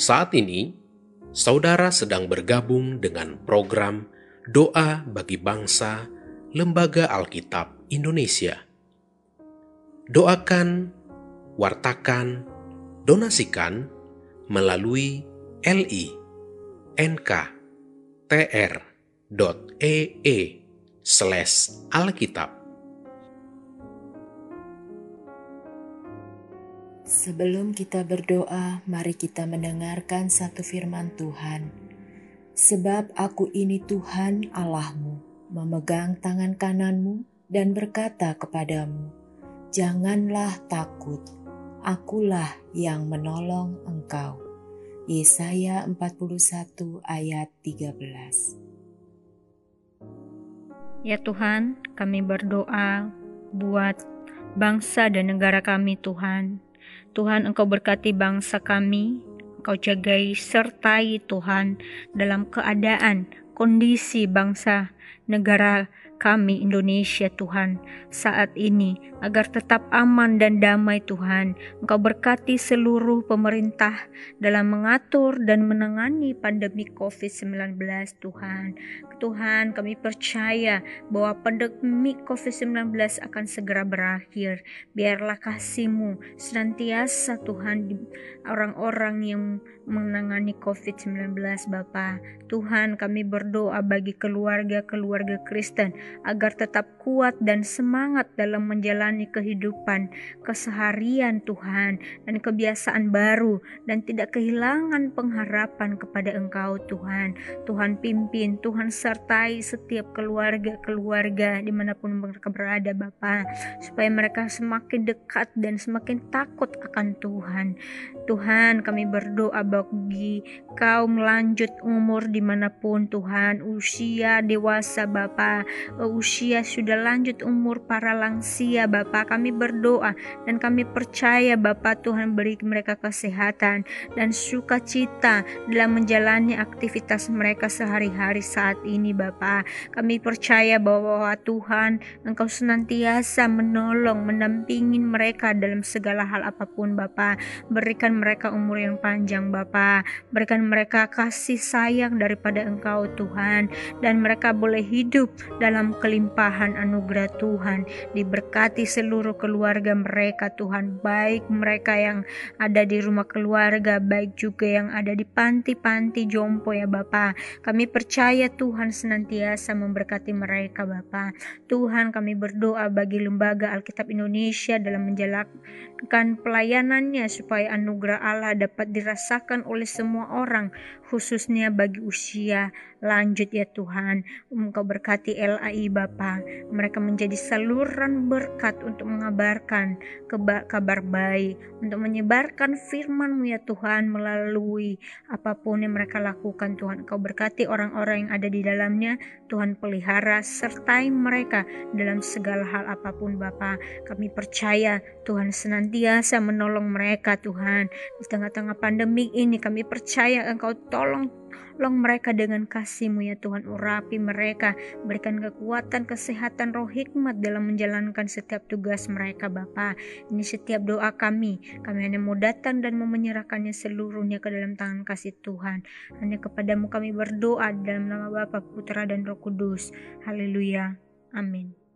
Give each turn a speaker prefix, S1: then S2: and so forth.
S1: Saat ini, saudara sedang bergabung dengan program Doa bagi Bangsa Lembaga Alkitab Indonesia. Doakan, wartakan, donasikan melalui li.nk.tr.ee/alkitab.
S2: Sebelum kita berdoa, mari kita mendengarkan satu firman Tuhan. Sebab aku ini Tuhan Allahmu, memegang tangan kananmu dan berkata kepadamu, janganlah takut, akulah yang menolong engkau. Yesaya 41 ayat 13.
S3: Ya Tuhan, kami berdoa buat bangsa dan negara kami Tuhan. Tuhan, Engkau berkati bangsa kami, Engkau jagai sertai Tuhan dalam keadaan, kondisi bangsa negara kami Indonesia Tuhan saat ini agar tetap aman dan damai Tuhan. Engkau berkati seluruh pemerintah dalam mengatur dan menangani pandemi COVID-19 Tuhan. Tuhan, kami percaya bahwa pandemi COVID-19 akan segera berakhir. Biarlah kasih-Mu senantiasa Tuhan di orang-orang yang menangani COVID-19 Bapa. Tuhan, kami berdoa bagi keluarga-keluarga Kristen agar tetap kuat dan semangat dalam menjalani kehidupan keseharian Tuhan dan kebiasaan baru dan tidak kehilangan pengharapan kepada Engkau Tuhan. Tuhan pimpin, Tuhan sertai setiap keluarga-keluarga dimanapun mereka berada Bapa, supaya mereka semakin dekat dan semakin takut akan Tuhan. Tuhan, kami berdoa bagi kaum lanjut umur dimanapun Tuhan, usia dewasa Bapa, usia sudah lanjut umur para lansia Bapa, kami berdoa dan kami percaya Bapa Tuhan beri mereka kesehatan dan sukacita dalam menjalani aktivitas mereka sehari-hari saat ini Bapa. Kami percaya bahwa Tuhan Engkau senantiasa menolong, mendampingi mereka dalam segala hal apapun Bapa. Berikan mereka umur yang panjang Bapa, berikan mereka kasih sayang daripada Engkau Tuhan, dan mereka boleh hidup dalam kelimpahan anugerah Tuhan. Diberkati seluruh keluarga mereka Tuhan, baik mereka yang ada di rumah keluarga, baik juga yang ada di panti-panti jompo ya Bapa. Kami percaya Tuhan senantiasa memberkati mereka Bapa. Tuhan, kami berdoa bagi Lembaga Alkitab Indonesia dalam menjalankan pelayanannya supaya anugerah Allah dapat dirasakan oleh semua orang, khususnya bagi usia lanjut ya Tuhan. Engkau berkati LAI Bapa, mereka menjadi saluran berkat untuk mengabarkan kabar baik, untuk menyebarkan firman-Mu ya Tuhan melalui apapun yang mereka lakukan Tuhan. Engkau berkati orang-orang yang ada di dalamnya, Tuhan pelihara sertai mereka dalam segala hal apapun Bapa. Kami percaya Tuhan senantiasa menolong mereka Tuhan. Di tengah-tengah pandemi ini kami percaya Engkau tolong mereka dengan kasih-Mu ya Tuhan. Urapi mereka, berikan kekuatan, kesehatan, roh hikmat dalam menjalankan setiap tugas mereka Bapa. Ini setiap doa kami hanya mau datang dan mau menyerahkannya seluruhnya ke dalam tangan kasih Tuhan. Hanya kepadamu kami berdoa dalam nama Bapa, Putra dan Roh Kudus. Haleluya, amin.